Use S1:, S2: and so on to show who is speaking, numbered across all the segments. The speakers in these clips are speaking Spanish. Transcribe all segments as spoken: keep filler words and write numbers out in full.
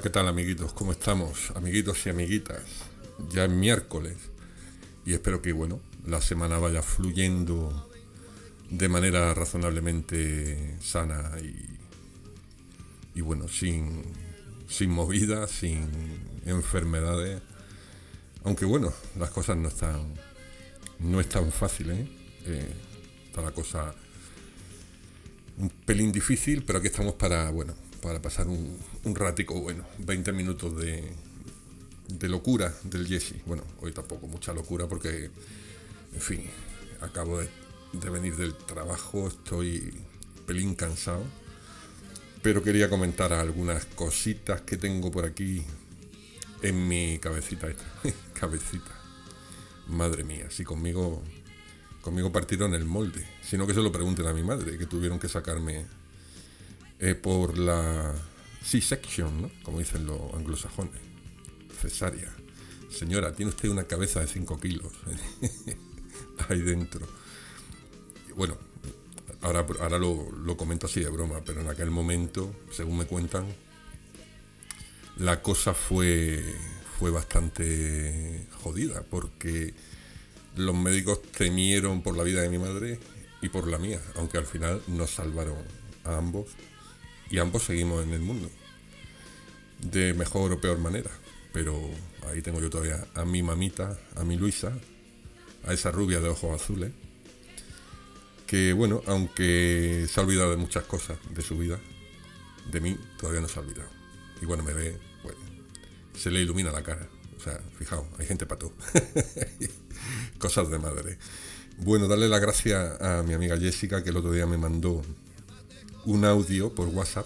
S1: ¿qué tal, amiguitos? ¿Cómo estamos? Amiguitos y amiguitas, ya es miércoles y espero que, bueno, la semana vaya fluyendo de manera razonablemente sana y, y bueno, sin, sin movidas, sin enfermedades. Aunque bueno, las cosas no están, no es tan fáciles, ¿eh? Eh, está la cosa un pelín difícil, pero aquí estamos para, bueno, para pasar un, un ratico bueno, veinte minutos de, de locura del Jesse. Bueno, hoy tampoco mucha locura porque, en fin, acabo de, de venir del trabajo, estoy pelín cansado, pero quería comentar algunas cositas que tengo por aquí en mi cabecita esta. Cabecita. Madre mía, si conmigo... Conmigo partieron el molde, sino que se lo pregunten a mi madre, que tuvieron que sacarme eh, por la C-section, ¿no? Como dicen los anglosajones, cesárea. Señora, tiene usted una cabeza de cinco kilos ahí dentro. Y bueno, ahora, ahora lo, lo comento así de broma, pero en aquel momento, según me cuentan, la cosa fue, fue bastante jodida, porque los médicos temieron por la vida de mi madre y por la mía, aunque al final nos salvaron a ambos y ambos seguimos en el mundo de mejor o peor manera, pero ahí tengo yo todavía a mi mamita, a mi Luisa, a esa rubia de ojos azules, que bueno, aunque se ha olvidado de muchas cosas de su vida, de mí todavía no se ha olvidado. Y bueno, me ve, bueno, se le ilumina la cara. O sea, fijaos, hay gente para todo. Cosas de madre. Bueno, darle las gracias a mi amiga Jessica, que el otro día me mandó un audio por WhatsApp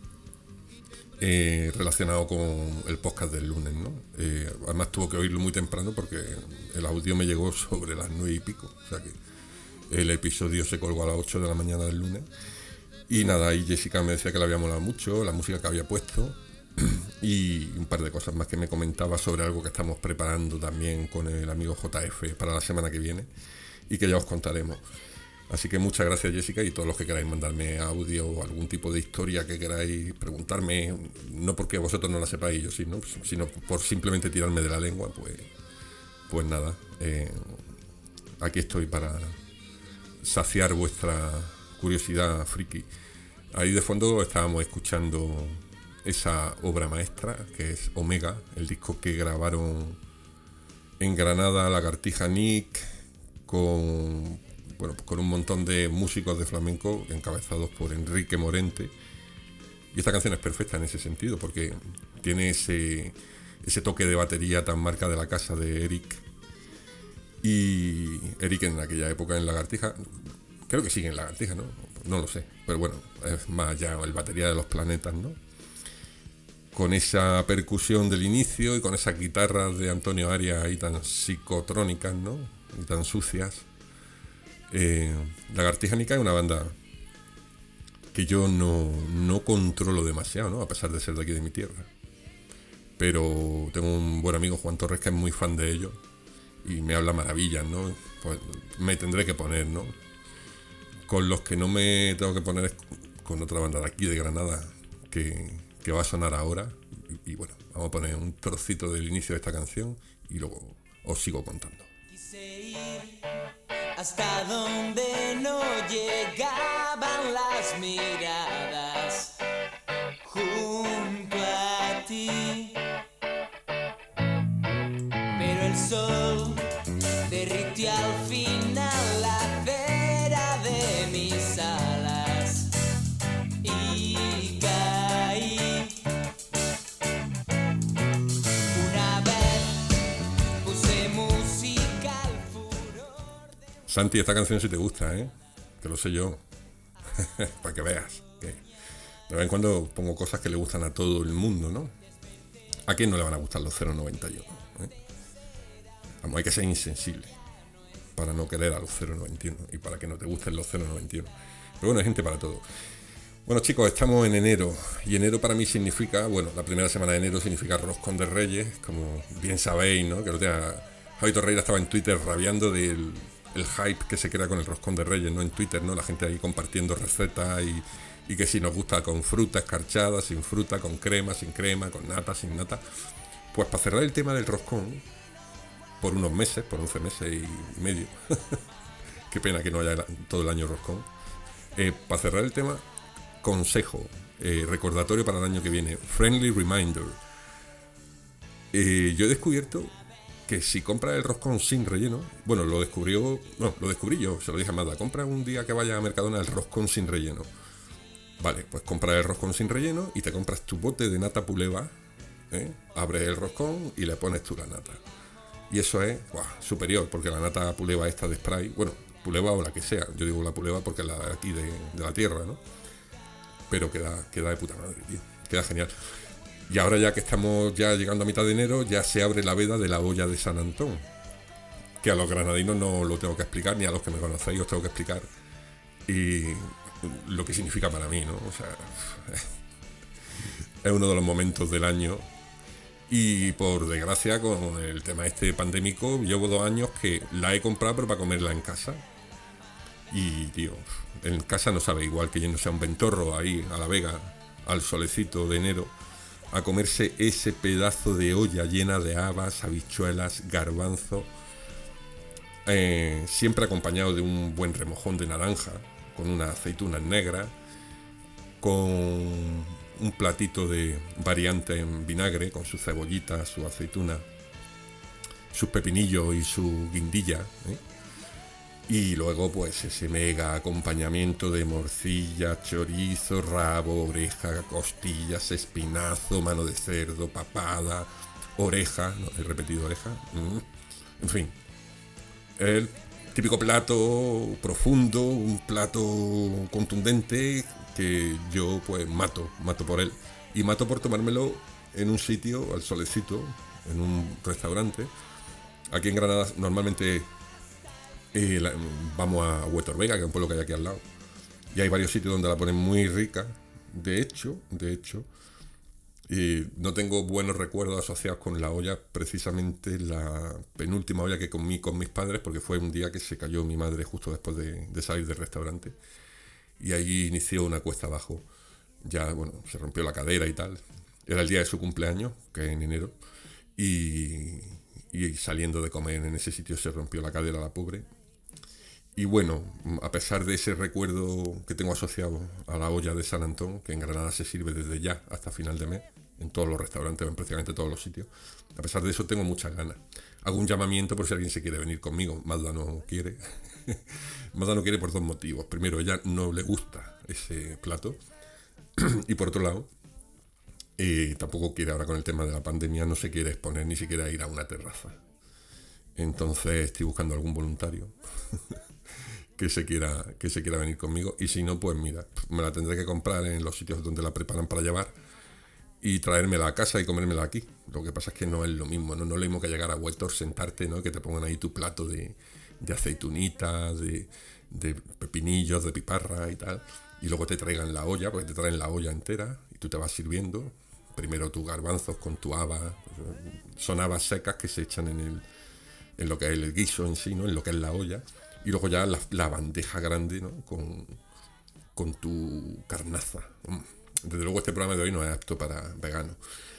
S1: eh, relacionado con el podcast del lunes, ¿no? Eh, además tuvo que oírlo muy temprano porque el audio me llegó sobre las nueve y pico. O sea que el episodio se colgó a las ocho de la mañana del lunes. Y nada, ahí Jessica me decía que le había molado mucho la música que había puesto y un par de cosas más que me comentaba sobre algo que estamos preparando también con el amigo J F para la semana que viene y que ya os contaremos. Así que muchas gracias, Jessica, y todos los que queráis mandarme audio o algún tipo de historia que queráis preguntarme, no porque vosotros no la sepáis yo sí, ¿no? Sino por simplemente tirarme de la lengua, pues, pues nada, eh, aquí estoy para saciar vuestra curiosidad friki. Ahí de fondo estábamos escuchando esa obra maestra que es Omega, el disco que grabaron en Granada Lagartija Nick con, bueno, con un montón de músicos de flamenco encabezados por Enrique Morente, y esta canción es perfecta en ese sentido porque tiene ese, ese toque de batería tan marca de la casa de Eric, y Eric en aquella época en Lagartija, creo que sigue en Lagartija, ¿no? No lo sé, pero bueno, es más ya el batería de Los Planetas, ¿no? Con esa percusión del inicio y con esas guitarras de Antonio Arias ahí tan psicotrónicas, ¿no? Y tan sucias. Eh, Lagartija Nica es una banda que yo no, no controlo demasiado, ¿no? A pesar de ser de aquí de mi tierra. Pero tengo un buen amigo, Juan Torres, que es muy fan de ellos y me habla maravillas, ¿no? Pues me tendré que poner, ¿no? Con los que no me tengo que poner es con otra banda de aquí de Granada que... que va a sonar ahora, y, y bueno, vamos a poner un trocito del inicio de esta canción y luego os sigo contando.
S2: Quise ir hasta donde no llegaban las miradas, junto a ti, pero el sol derritió al final la cera de mis alas y caí.
S1: Santi, esta canción sí te gusta, ¿eh? Que lo sé yo. Para que veas. Que de vez en cuando pongo cosas que le gustan a todo el mundo, ¿no? ¿A quién no le van a gustar los cero noventa y uno? ¿Eh? Vamos, hay que ser insensible para no querer a los cero noventa y uno y para que no te gusten los cero noventa y uno. Pero bueno, hay gente para todo. Bueno, chicos, estamos en enero y enero para mí significa, bueno, la primera semana de enero significa Roscón de Reyes, como bien sabéis, ¿no? Que no tenga... Javi Torreira estaba en Twitter rabiando del el hype que se crea con el Roscón de Reyes, ¿no? En Twitter, ¿no? La gente ahí compartiendo recetas y, y que si nos gusta con fruta escarchada, sin fruta, con crema, sin crema, con nata, sin nata. Pues para cerrar el tema del roscón, por unos meses, por once meses y medio, qué pena que no haya todo el año roscón, eh, para cerrar el tema, consejo, eh, recordatorio para el año que viene, friendly reminder. Eh, yo he descubierto que si compras el roscón sin relleno, bueno, lo descubrió, no, lo descubrí yo, se lo dije a Magda, compra un día que vaya a Mercadona el roscón sin relleno. Vale, pues compras el roscón sin relleno y te compras tu bote de nata Puleva, ¿eh? Abres el roscón y le pones tú la nata. Y eso es ¡buah! Superior, porque la nata Puleva esta de spray, bueno, Puleva o la que sea, yo digo la Puleva porque es la de aquí de, de la tierra, ¿no? Pero queda, queda de puta madre, tío, queda genial. Y ahora ya que estamos ya llegando a mitad de enero, ya se abre la veda de la olla de San Antón, que a los granadinos no lo tengo que explicar, ni a los que me conocéis os tengo que explicar y lo que significa para mí, ¿no? O sea, es uno de los momentos del año. Y por desgracia, con el tema este pandémico, llevo dos años que la he comprado pero para comerla en casa. Y, tío, en casa no sabe igual que yéndose a un ventorro ahí, a la Vega, al solecito de enero, a comerse ese pedazo de olla llena de habas, habichuelas, garbanzo, eh, siempre acompañado de un buen remojón de naranja, con unas aceitunas negras, con un platito de variante en vinagre con su cebollita, su aceituna, sus pepinillos y su guindilla, ¿eh? Y luego pues ese mega acompañamiento de morcilla, chorizo, rabo, oreja, costillas, espinazo, mano de cerdo, papada, oreja, no he repetido oreja, mm. En fin, el típico plato profundo, un plato contundente que yo pues mato, mato por él. Y mato por tomármelo en un sitio, al solecito, en un restaurante. Aquí en Granada normalmente eh, la, vamos a Huetor Vega, que es un pueblo que hay aquí al lado. Y hay varios sitios donde la ponen muy rica. De hecho, de hecho, eh, no tengo buenos recuerdos asociados con la olla, precisamente la penúltima olla que comí con mis padres, porque fue un día que se cayó mi madre justo después de, de salir del restaurante. Y ahí inició una cuesta abajo. Ya, bueno, se rompió la cadera y tal. Era el día de su cumpleaños, que es en enero. Y, y saliendo de comer en ese sitio se rompió la cadera la pobre. Y bueno, a pesar de ese recuerdo que tengo asociado a la olla de San Antón, que en Granada se sirve desde ya hasta final de mes, en todos los restaurantes, en prácticamente todos los sitios, a pesar de eso tengo muchas ganas. Hago un llamamiento por si alguien se quiere venir conmigo. Magda no quiere. Magda no quiere por dos motivos. Primero, ella no le gusta ese plato. Y por otro lado, eh, tampoco quiere, ahora con el tema de la pandemia, no se quiere exponer ni siquiera ir a una terraza. Entonces estoy buscando algún voluntario que se quiera que se quiera venir conmigo. Y si no, pues mira, me la tendré que comprar en los sitios donde la preparan para llevar y traérmela a casa y comérmela aquí. Lo que pasa es que no es lo mismo, no, no es lo mismo que llegar a Huetor, sentarte, ¿no? Que te pongan ahí tu plato de, de aceitunitas, de, de pepinillos, de piparra y tal, y luego te traigan la olla, porque te traen la olla entera y tú te vas sirviendo primero tus garbanzos con tu haba. Son habas secas que se echan en el en lo que es el guiso en sí, ¿no? En lo que es la olla, y luego ya la, la bandeja grande, ¿no? Con, con tu carnaza. Desde luego este programa de hoy no es apto para veganos.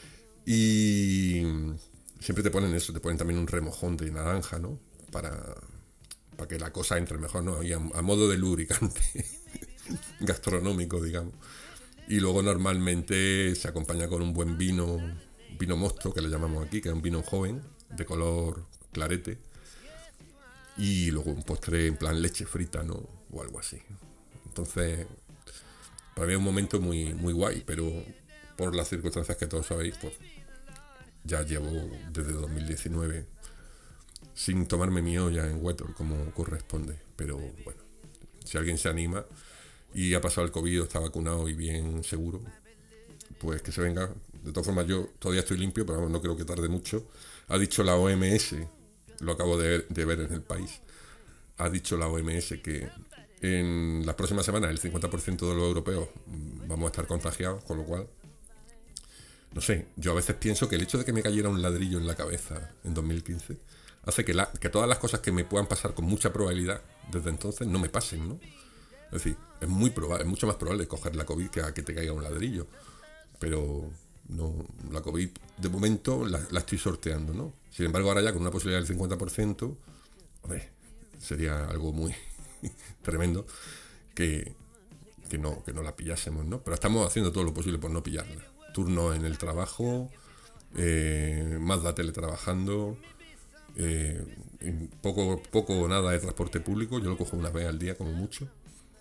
S1: Y siempre te ponen eso, te ponen también un remojón de naranja, ¿no? Para, para que la cosa entre mejor, ¿no? Y a, a modo de lubricante gastronómico, digamos. Y luego normalmente se acompaña con un buen vino, vino mosto, que le llamamos aquí, que es un vino joven, de color clarete. Y luego un postre en plan leche frita, ¿no? O algo así. Entonces, para mí es un momento muy, muy guay, pero por las circunstancias que todos sabéis, pues ya llevo desde dos mil diecinueve sin tomarme mi olla en Huetor como corresponde. Pero bueno, si alguien se anima y ha pasado el COVID, está vacunado y bien seguro, pues que se venga. De todas formas, yo todavía estoy limpio, pero no creo que tarde mucho. Ha dicho la O M S, lo acabo de, de ver en El País, ha dicho la O M S que en las próximas semanas el cincuenta por ciento de los europeos vamos a estar contagiados, con lo cual, no sé, yo a veces pienso que el hecho de que me cayera un ladrillo en la cabeza en dos mil quince hace que, la, que todas las cosas que me puedan pasar con mucha probabilidad desde entonces no me pasen, ¿no? Es decir, es muy probable, es mucho más probable coger la COVID que a que te caiga un ladrillo. Pero no, la COVID de momento la, la estoy sorteando, ¿no? Sin embargo, ahora ya con una posibilidad del cincuenta por ciento, hombre, sería algo muy tremendo que, que, no, que no la pillásemos, ¿no? Pero estamos haciendo todo lo posible por no pillarla. Turnos en el trabajo, eh, más da teletrabajando, eh, poco, poco o nada de transporte público, yo lo cojo una vez al día como mucho.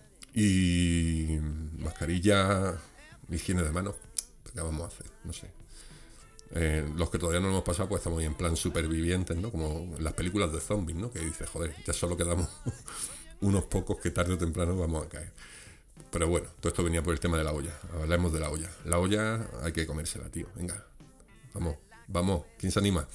S1: Y mascarilla, higiene de manos, ¿qué vamos a hacer? No sé. Eh, los que todavía no lo hemos pasado, pues estamos ahí en plan supervivientes, ¿no? Como en las películas de zombies, ¿no? Que dices, joder, ya solo quedamos unos pocos que tarde o temprano vamos a caer. Pero bueno, todo esto venía por el tema de la olla. Hablemos de la olla. La olla hay que comérsela, tío. Venga, vamos, vamos. ¿Quién se anima?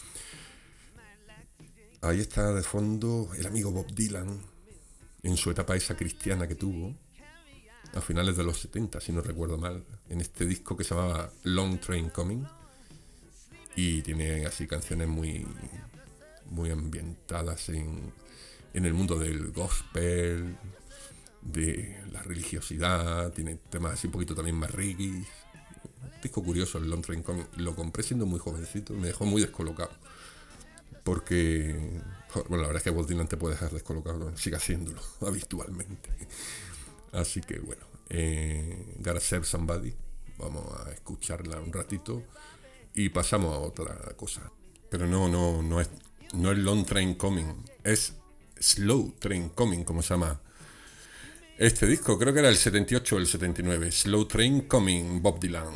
S1: Ahí está de fondo el amigo Bob Dylan, en su etapa esa cristiana que tuvo, a finales de los setenta, si no recuerdo mal, en este disco que se llamaba Long Train Coming, y tiene así canciones muy, muy ambientadas en, en el mundo del gospel, de la religiosidad, tiene temas así un poquito también más reggae. Un disco curioso, el Long Train Coming. Lo compré siendo muy jovencito, me dejó muy descolocado, porque, bueno, la verdad es que Bob Dylan te puede dejar descolocado, sigue haciéndolo habitualmente. Así que bueno, eh, Gotta Save Somebody, vamos a escucharla un ratito y pasamos a otra cosa. Pero no, no, no es, no es Long Train Coming, es Slow Train Coming, como se llama este disco. Creo que era el setenta y ocho o el setenta y nueve. Slow Train Coming, Bob Dylan.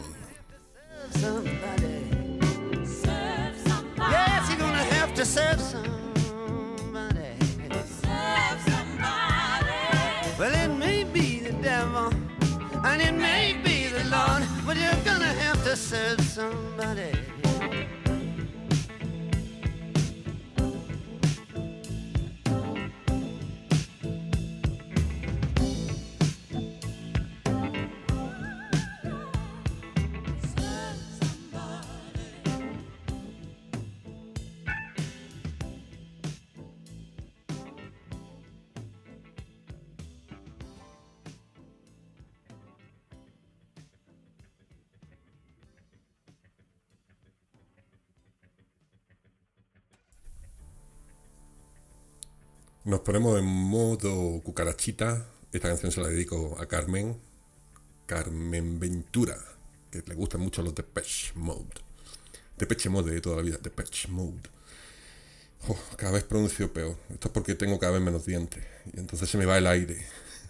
S2: To serve somebody. Serve somebody. Well, it may be the devil, and it may be the Lord, but you're gonna have to serve somebody.
S1: Nos ponemos en modo cucarachita. Esta canción se la dedico a Carmen, Carmen Ventura, que le gustan mucho los Depeche Mode. Depeche Mode de toda la vida, Depeche Mode. Oh, cada vez pronuncio peor. Esto es porque tengo cada vez menos dientes y entonces se me va el aire.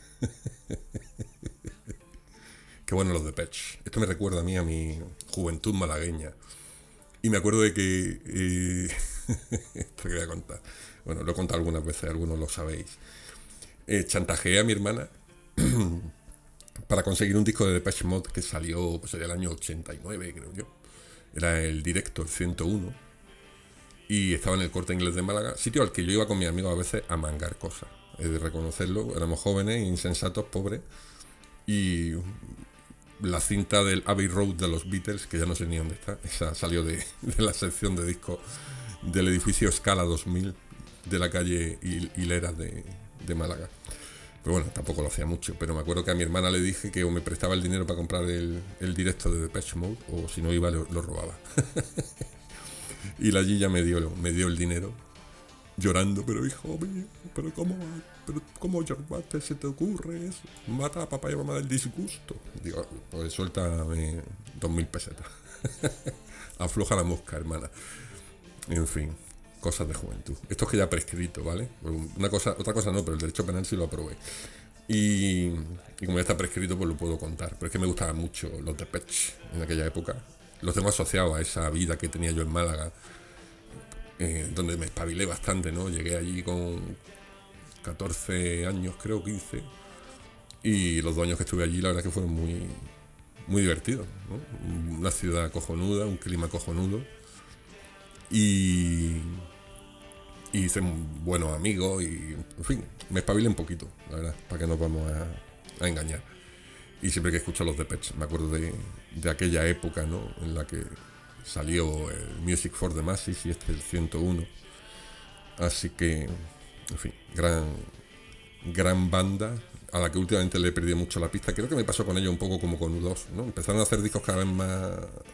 S1: Qué bueno los Depeche. Esto me recuerda a mí, a mi juventud malagueña. Y me acuerdo de que... Eh, esto que voy a contar. Bueno, lo he contado algunas veces, algunos lo sabéis. Eh, chantajeé a mi hermana para conseguir un disco de Depeche Mode que salió pues, en el año ochenta y nueve, creo yo. Era el Director ciento uno. Y estaba en el Corte Inglés de Málaga, sitio al que yo iba con mis amigos a veces a mangar cosas. He de reconocerlo, éramos jóvenes, insensatos, pobres. Y la cinta del Abbey Road de los Beatles, que ya no sé ni dónde está, esa salió de, de la sección de discos del edificio Scala dos mil de la calle Hileras de, de Málaga. Pero bueno, tampoco lo hacía mucho, pero me acuerdo que a mi hermana le dije que o me prestaba el dinero para comprar el, el directo de Depeche Mode, o si no iba lo, lo robaba. Y la Gilla me dio, me dio el dinero, llorando, pero hijo mío, pero cómo, pero cómo Jorge, se te ocurre eso, mata a papá y a mamá del disgusto. Digo, pues suéltame dos mil pesetas. Afloja la mosca, hermana. En fin, cosas de juventud. Esto es que ya prescrito, ¿vale? Una cosa, otra cosa no, pero el derecho penal sí lo aprobé. Y, y como ya está prescrito, pues lo puedo contar. Pero es que me gustaban mucho los Depeche en aquella época. Los tengo asociados a esa vida que tenía yo en Málaga, eh, donde me espabilé bastante, ¿no? Llegué allí con catorce años, creo, quince. Y los dos años que estuve allí, la verdad es que fueron muy, muy divertidos, ¿no? Una ciudad cojonuda, un clima cojonudo. Y, y hice buenos amigos y, en fin, me espabilé un poquito, la verdad, para que no nos vamos a, a engañar. Y siempre que escucho los Depeche, me acuerdo de, de aquella época, ¿no? En la que salió el Music for the Masses y este el ciento uno. Así que, en fin, gran, gran banda a la que últimamente le he perdido mucho la pista. Creo que me pasó con ellos un poco como con U dos, ¿no? Empezaron a hacer discos cada vez más...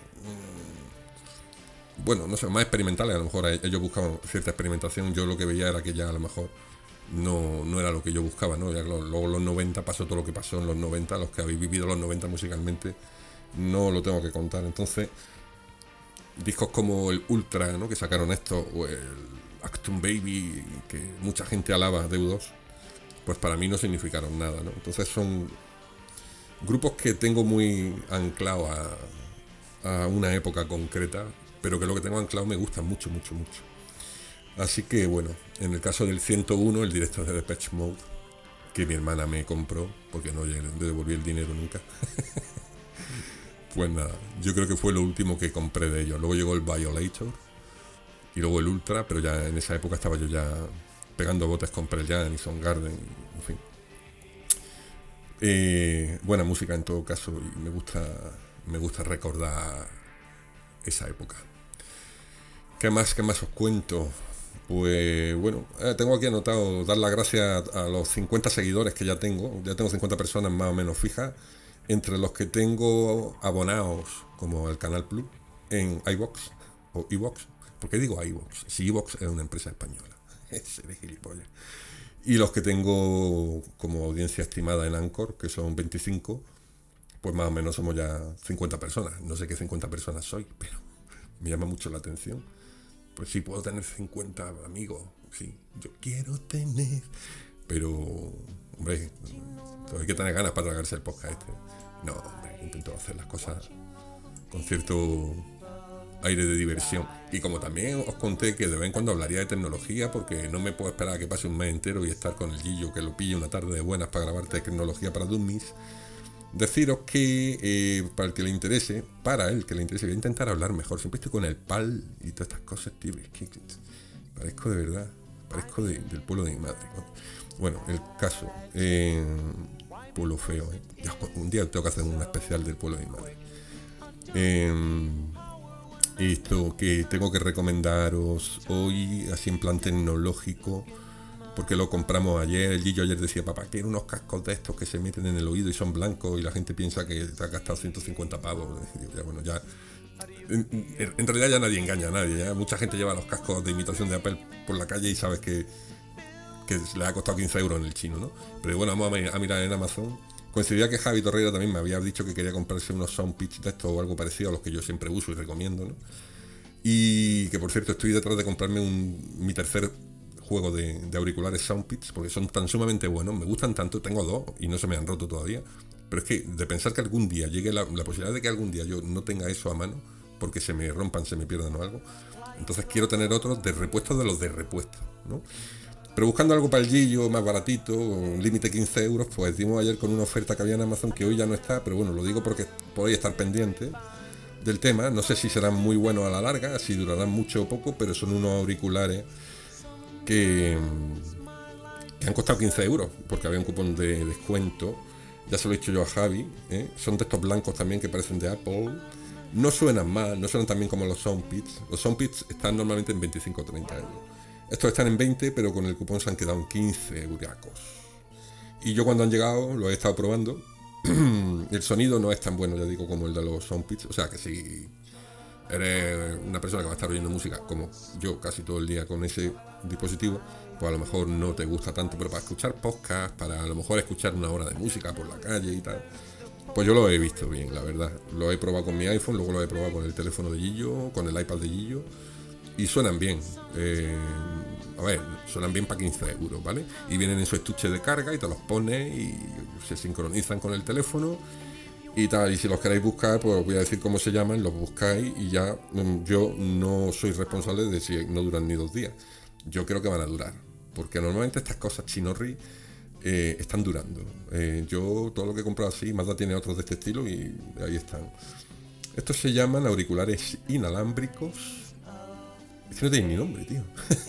S1: Bueno, no sé, más experimentales. A lo mejor ellos buscaban cierta experimentación. Yo lo que veía era que ya a lo mejor no, no era lo que yo buscaba, ¿no? Ya luego en los noventa pasó todo lo que pasó en los noventa. Los que habéis vivido los noventa musicalmente no lo tengo que contar. Entonces, discos como el Ultra, ¿no? Que sacaron esto, o el Actum Baby, que mucha gente alaba de U dos, pues para mí no significaron nada, ¿no? Entonces son grupos que tengo muy anclado a, a una época concreta, pero que lo que tengo anclado me gusta mucho, mucho, mucho. Así que bueno, en el caso del ciento uno, el director de Depeche Mode, que mi hermana me compró, porque no le devolví el dinero nunca, pues nada, yo creo que fue lo último que compré de ellos. Luego llegó el Violator y luego el Ultra, pero ya en esa época estaba yo ya pegando botes con Pearl Jam y Soundgarden, en fin. Eh, buena música en todo caso, y me gusta, me gusta recordar esa época. ¿Qué más, qué más os cuento? Pues bueno, eh, tengo aquí anotado dar las gracias a, a los cincuenta seguidores que ya tengo. Ya tengo cincuenta personas más o menos fijas, entre los que tengo abonados como el Canal Plus en iVoox o iVoox. ¿Por qué digo iVoox? Si iVoox es una empresa española. Ese de gilipollas. Y los que tengo como audiencia estimada en Anchor, que son veinticinco, pues más o menos somos ya cincuenta personas. No sé qué cincuenta personas soy, pero me llama mucho la atención. Pues sí, puedo tener cincuenta amigos, sí, yo quiero tener, pero, hombre, hay que tener ganas para tragarse el podcast este. No, hombre, intento hacer las cosas con cierto aire de diversión. Y como también os conté que de vez en cuando hablaría de tecnología, porque no me puedo esperar a que pase un mes entero y estar con el Gillo, que lo pille una tarde de buenas para grabar tecnología para Dummies. Deciros que eh, para el que le interese, para el que le interese, voy a intentar hablar mejor. Siempre estoy con el pal y todas estas cosas, tío. Es que parezco de verdad, parezco de, del pueblo de mi madre, ¿no? Bueno, el caso, eh, pueblo feo, ¿eh? Ya, un día tengo que hacer un especial del pueblo de mi madre. Eh, esto que tengo que recomendaros hoy, así en plan tecnológico, porque lo compramos ayer. El Gillo ayer decía: papá, quiero unos cascos de estos que se meten en el oído y son blancos y la gente piensa que te ha gastado ciento cincuenta pavos. Y digo, ya, bueno, ya en, en realidad ya nadie engaña a nadie, ya mucha gente lleva los cascos de imitación de Apple por la calle y sabes que, que le ha costado quince euros en el chino, ¿no? Pero bueno, vamos a mirar en Amazon. Coincidía que Javi Torreira también me había dicho que quería comprarse unos Soundpitch de estos o algo parecido a los que yo siempre uso y recomiendo, ¿no? Y que por cierto estoy detrás de comprarme un, mi tercer juego de, de auriculares Soundpitch, porque son tan sumamente buenos, me gustan tanto, tengo dos y no se me han roto todavía, pero es que de pensar que algún día llegue la, la posibilidad de que algún día yo no tenga eso a mano, porque se me rompan, se me pierdan o algo, entonces quiero tener otros de repuesto de los de repuesto, ¿no? Pero buscando algo para el Gillo más baratito, un límite quince euros, pues dimos ayer con una oferta que había en Amazon que hoy ya no está, pero bueno, lo digo porque podéis estar pendientes del tema. No sé si serán muy buenos a la larga, si durarán mucho o poco, pero son unos auriculares que, que han costado quince euros, porque había un cupón de descuento. Ya se lo he dicho yo a Javi, ¿eh? Son de estos blancos también que parecen de Apple. No suenan mal, no suenan tan bien como los Soundpitch. Los Soundpitch están normalmente en veinticinco o treinta euros. Estos están en veinte, pero con el cupón se han quedado en quince euracos. Y yo cuando han llegado los he estado probando. El sonido no es tan bueno, ya digo, como el de los Soundpitch. O sea que si eres una persona que va a estar oyendo música, como yo casi todo el día con ese dispositivo, pues a lo mejor no te gusta tanto. Pero para escuchar podcast, para a lo mejor escuchar una hora de música por la calle y tal, pues yo lo he visto bien, la verdad. Lo he probado con mi iPhone, luego lo he probado con el teléfono de Gillo, con el iPad de Gillo. Y suenan bien, eh, a ver, suenan bien para quince euros, ¿vale? Y vienen en su estuche de carga y te los pones y se sincronizan con el teléfono y tal. Y si los queréis buscar, pues os voy a decir cómo se llaman, los buscáis y ya. Yo no soy responsable de si no duran ni dos días. Yo creo que van a durar, porque normalmente estas cosas chinorri eh, están durando. Eh, yo todo lo que he comprado así, Mazda tiene otros de este estilo y ahí están. Estos se llaman auriculares inalámbricos. Es que no tiene ni nombre, tío.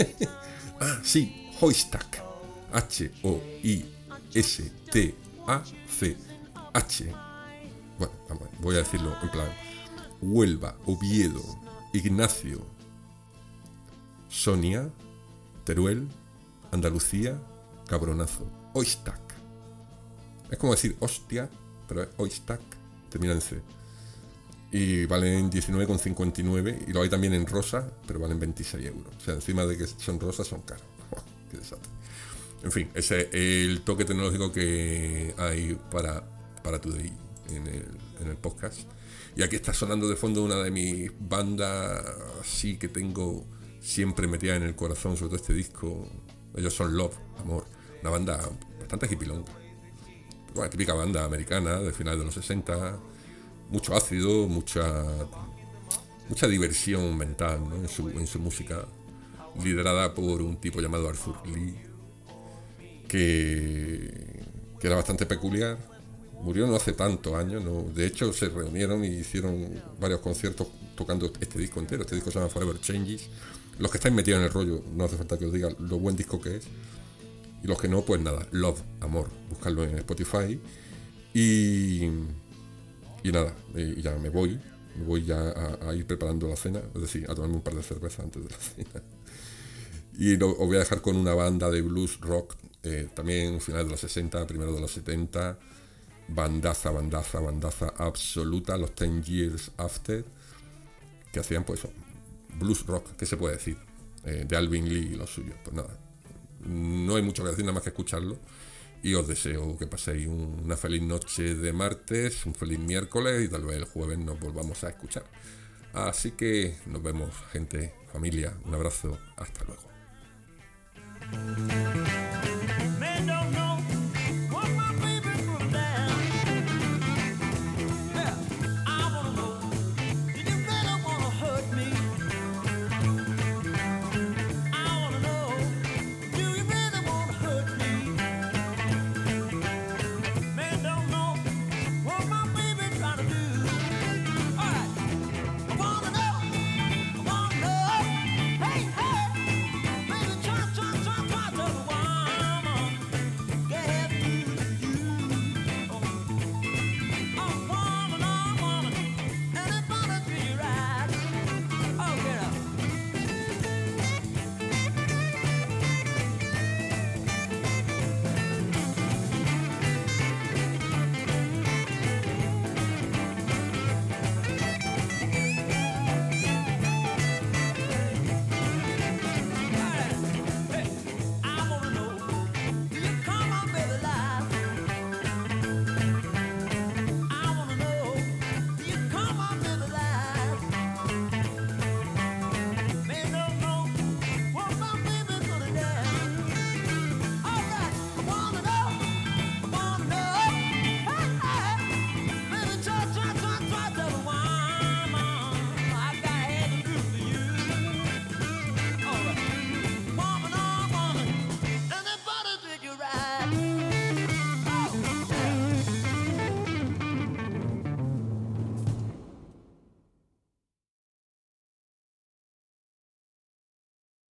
S1: Ah, sí, Hoistac. H O I S T A C H. Bueno, vamos, voy a decirlo en plan: Huelva, Oviedo, Ignacio, Sonia, Teruel, Andalucía, Cabronazo. Hoistac. Es como decir hostia, pero es Oystack, termina en C. Y valen diecinueve con cincuenta y nueve, y lo hay también en rosa, pero valen veintiséis euros. O sea, encima de que son rosas, son caros. ¡Qué desastre! En fin, ese es el toque tecnológico que hay para, para Today en el, en el podcast. Y aquí está sonando de fondo una de mis bandas, sí, que tengo siempre metida en el corazón, sobre todo este disco. Ellos son Love, Amor, una banda bastante hippilonga. Bueno, típica banda americana de finales de los sesenta, mucho ácido, mucha mucha diversión mental, ¿no? en, su, en su música, liderada por un tipo llamado Arthur Lee, que, que era bastante peculiar. Murió no hace tantos años, ¿no? De hecho se reunieron y hicieron varios conciertos tocando este disco entero. Este disco se llama Forever Changes. Los que estáis metidos en el rollo, no hace falta que os diga lo buen disco que es. Y los que no, pues nada, Love, Amor, buscarlo en Spotify. Y, y nada, y ya me voy, me voy ya a, a ir preparando la cena, es decir, a tomarme un par de cervezas antes de la cena. Y lo, os voy a dejar con una banda de blues rock, eh, también finales de los sesenta, primero de los setenta, bandaza, bandaza, bandaza absoluta, los Ten Years After, que hacían pues blues rock, ¿qué se puede decir? Eh, de Alvin Lee y los suyos, pues nada. No hay mucho que decir, nada más que escucharlo. Y os deseo que paséis una feliz noche de martes, un feliz miércoles y tal vez el jueves nos volvamos a escuchar. Así que nos vemos, gente, familia. Un abrazo. Hasta luego.